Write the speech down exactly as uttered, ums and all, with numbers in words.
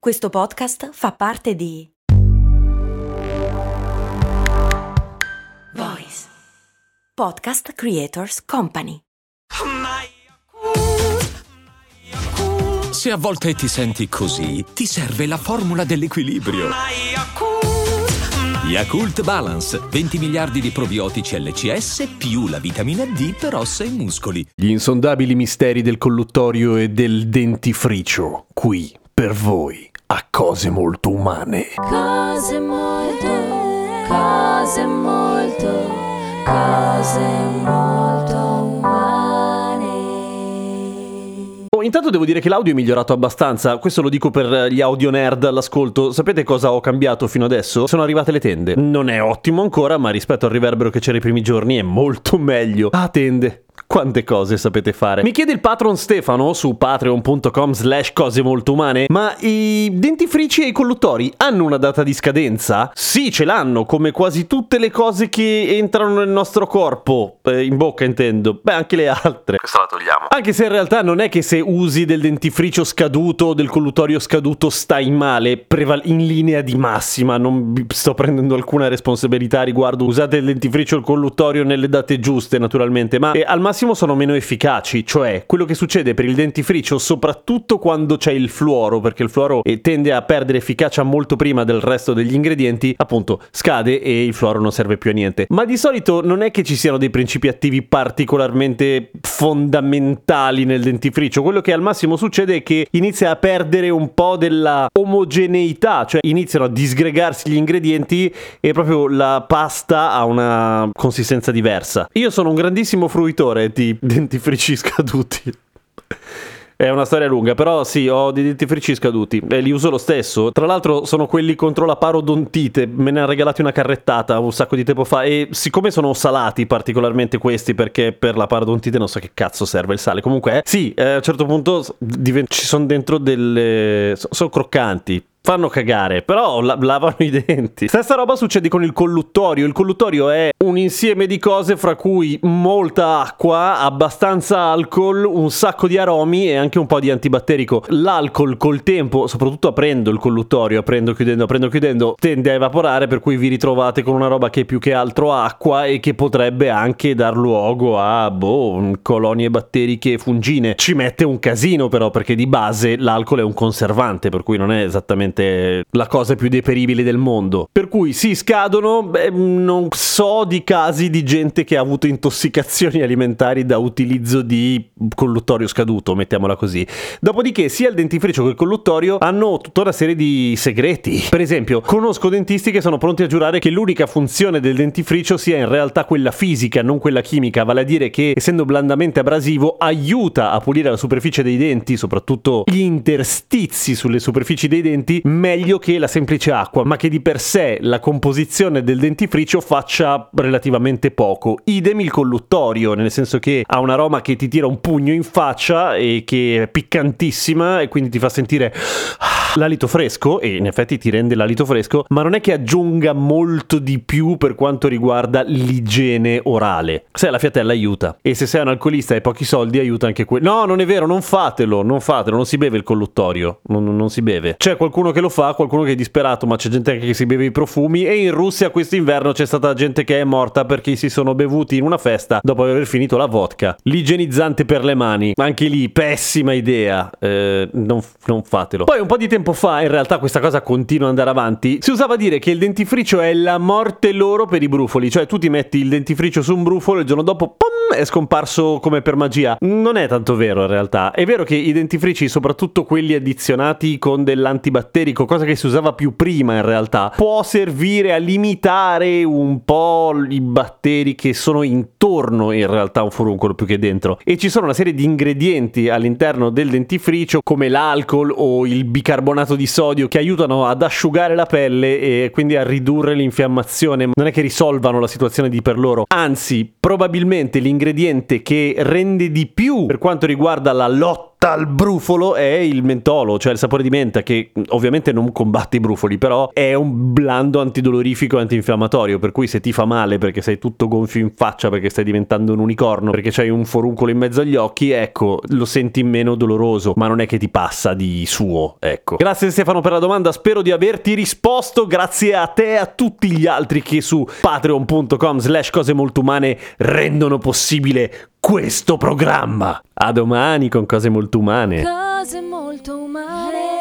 Questo podcast fa parte di Voice Podcast Creators Company. Se a volte ti senti così, ti serve la formula dell'equilibrio. Yakult Balance, venti miliardi di probiotici L C S più la vitamina D per ossa e muscoli. Gli insondabili misteri del colluttorio e del dentifricio, qui per voi, a Cose Molto Umane. Cose molto, cose molto, cose molto umane. Oh, intanto devo dire che l'audio è migliorato abbastanza, questo lo dico per gli audio nerd all'ascolto. Sapete cosa ho cambiato fino adesso? Sono arrivate le tende. Non è ottimo ancora, ma rispetto al riverbero che c'era i primi giorni è molto meglio. Ah, tende. Quante cose sapete fare. Mi chiede il patron Stefano su patreon.com slash cose molto umane: ma i dentifrici e i colluttori hanno una data di scadenza? Sì, ce l'hanno, come quasi tutte le cose che entrano nel nostro corpo, eh, in bocca intendo. Beh, anche le altre. Questa la togliamo. Anche se in realtà non è che se usi del dentifricio scaduto o del colluttorio scaduto stai male, preval- in linea di massima. Non sto prendendo alcuna responsabilità a riguardo. Usate il dentifricio o il colluttorio nelle date giuste, naturalmente, ma eh, al massimo sono meno efficaci. Cioè, quello che succede per il dentifricio, soprattutto quando c'è il fluoro, perché il fluoro eh, tende a perdere efficacia molto prima del resto degli ingredienti, appunto scade e il fluoro non serve più a niente. Ma di solito non è che ci siano dei principi attivi particolarmente fondamentali nel dentifricio. Quello che al massimo succede è che inizia a perdere un po' della omogeneità, cioè iniziano a disgregarsi gli ingredienti e proprio la pasta ha una consistenza diversa. Io sono un grandissimo fruitore di dentifrici scaduti. È una storia lunga, però sì, ho dei dentifrici scaduti e li uso lo stesso. Tra l'altro sono quelli contro la parodontite, me ne ha regalati una carrettata un sacco di tempo fa e siccome sono salati particolarmente questi, perché per la parodontite non so che cazzo serve il sale, comunque eh, sì, eh, a un certo punto diven- ci sono dentro delle... sono croccanti. Fanno cagare, però la- lavano i denti. Stessa roba succede con il colluttorio. Il colluttorio è un insieme di cose fra cui molta acqua, abbastanza alcol, un sacco di aromi e anche un po' di antibatterico. L'alcol col tempo, soprattutto aprendo il colluttorio, aprendo, chiudendo, aprendo, chiudendo, tende a evaporare, per cui vi ritrovate con una roba che è più che altro acqua e che potrebbe anche dar luogo a, boh, colonie batteriche fungine. Ci mette un casino però, perché di base l'alcol è un conservante, per cui non è esattamente la cosa più deperibile del mondo. Per cui si scadono. Beh, non so di casi di gente che ha avuto intossicazioni alimentari da utilizzo di colluttorio scaduto, mettiamola così. Dopodiché sia il dentifricio che il colluttorio hanno tutta una serie di segreti. Per esempio, conosco dentisti che sono pronti a giurare che l'unica funzione del dentifricio sia in realtà quella fisica, non quella chimica, vale a dire che essendo blandamente abrasivo aiuta a pulire la superficie dei denti, soprattutto gli interstizi sulle superfici dei denti, meglio che la semplice acqua, ma che di per sé la composizione del dentifricio faccia relativamente poco. Idem il colluttorio, nel senso che ha un aroma che ti tira un pugno in faccia e che è piccantissima e quindi ti fa sentire l'alito fresco, e in effetti ti rende l'alito fresco, ma non è che aggiunga molto di più per quanto riguarda l'igiene orale. Se la fiatella aiuta, e se sei un alcolista e hai pochi soldi aiuta anche quello. No, non è vero, non fatelo, non fatelo, non si beve il colluttorio, non, non si beve. C'è qualcuno che lo fa, qualcuno che è disperato, ma c'è gente anche che si beve i profumi, e in Russia quest'inverno c'è stata gente che è morta perché si sono bevuti in una festa dopo aver finito la vodka. L'igienizzante per le mani, anche lì pessima idea, eh, non, non fatelo. Poi un po' di tempo fa, in realtà questa cosa continua ad andare avanti, si usava dire che il dentifricio è la morte loro per i brufoli, cioè tu ti metti il dentifricio su un brufolo e il giorno dopo pom, è scomparso come per magia. Non è tanto vero in realtà. È vero che i dentifrici, soprattutto quelli addizionati con dell'antibatterico, cosa che si usava più prima in realtà, può servire a limitare un po' i batteri che sono intorno in realtà a un furuncolo più che dentro, e ci sono una serie di ingredienti all'interno del dentifricio come l'alcol o il bicarbonato di sodio che aiutano ad asciugare la pelle e quindi a ridurre l'infiammazione. Non è che risolvano la situazione di per loro, anzi probabilmente l'ingrediente che rende di più per quanto riguarda la lotta al brufolo è il mentolo, cioè il sapore di menta, che ovviamente non combatte i brufoli, però è un blando antidolorifico e antinfiammatorio, per cui se ti fa male perché sei tutto gonfio in faccia, perché stai diventando un unicorno, perché c'hai un foruncolo in mezzo agli occhi, ecco, lo senti meno doloroso, ma non è che ti passa di suo, ecco. Grazie Stefano per la domanda, spero di averti risposto, grazie a te e a tutti gli altri che su patreon punto com slash cose molto umane rendono possibile questo programma. A domani con Cose Molto Umane. Cose molto umane.